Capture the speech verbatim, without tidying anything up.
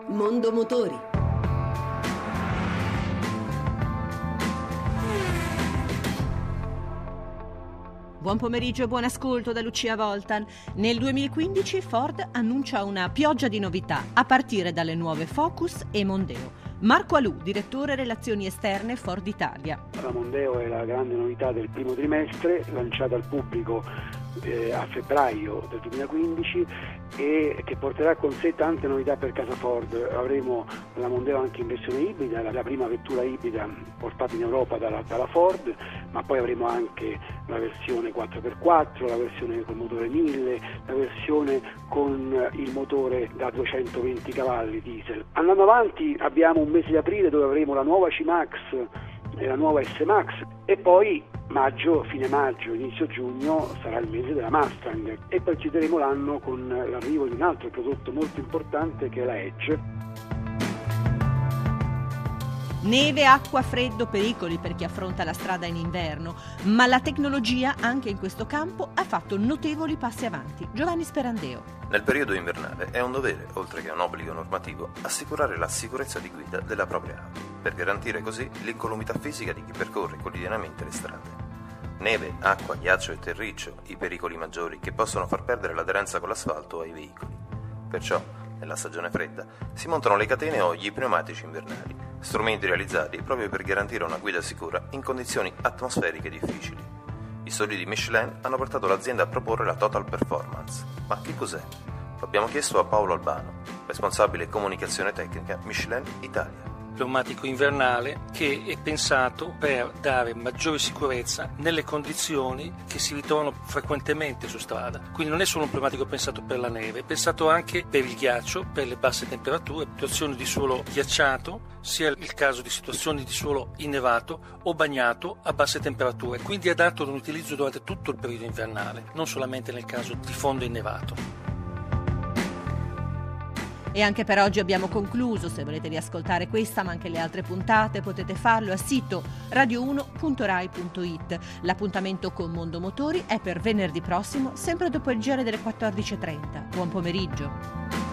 Mondo Motori. Buon pomeriggio e buon ascolto da Lucia Voltan. Nel duemilaquindici Ford annuncia una pioggia di novità a partire dalle nuove Focus e Mondeo. Marco Alù, direttore relazioni esterne Ford Italia. La Mondeo è la grande novità del primo trimestre, lanciata al pubblico eh, a febbraio del duemilaquindici e che porterà con sé tante novità per casa Ford. Avremo la Mondeo anche in versione ibrida, la prima vettura ibrida portata in Europa dalla, dalla Ford, ma poi avremo anche la versione quattro per quattro, la versione con motore mille, la versione con il motore da duecentoventi cavalli diesel. Andando avanti abbiamo un mese di aprile dove avremo la nuova C-Max e la nuova S-Max e poi maggio, fine maggio, inizio giugno sarà il mese della Mustang e poi chiuderemo l'anno con l'arrivo di un altro prodotto molto importante che è la Edge. Neve, acqua, freddo, pericoli per chi affronta la strada in inverno, ma la tecnologia anche in questo campo ha fatto notevoli passi avanti. Giovanni Sperandeo. Nel periodo invernale è un dovere, oltre che un obbligo normativo, assicurare la sicurezza di guida della propria auto, per garantire così l'incolumità fisica di chi percorre quotidianamente le strade. Neve, acqua, ghiaccio e terriccio, i pericoli maggiori che possono far perdere l'aderenza con l'asfalto ai veicoli. Perciò, nella stagione fredda, si montano le catene o gli pneumatici invernali, strumenti realizzati proprio per garantire una guida sicura in condizioni atmosferiche difficili. I studi di Michelin hanno portato l'azienda a proporre la Total Performance. Ma che cos'è? Lo abbiamo chiesto a Paolo Albano, responsabile comunicazione tecnica Michelin Italia. Pneumatico invernale che è pensato per dare maggiore sicurezza nelle condizioni che si ritrovano frequentemente su strada. Quindi non è solo un pneumatico pensato per la neve, è pensato anche per il ghiaccio, per le basse temperature, situazioni di suolo ghiacciato, sia il caso di situazioni di suolo innevato o bagnato a basse temperature. Quindi è adatto ad un utilizzo durante tutto il periodo invernale, non solamente nel caso di fondo innevato. E anche per oggi abbiamo concluso. Se volete riascoltare questa ma anche le altre puntate potete farlo al sito radio uno punto rai punto it. L'appuntamento con Mondo Motori è per venerdì prossimo, sempre dopo il giro delle quattordici e trenta. Buon pomeriggio.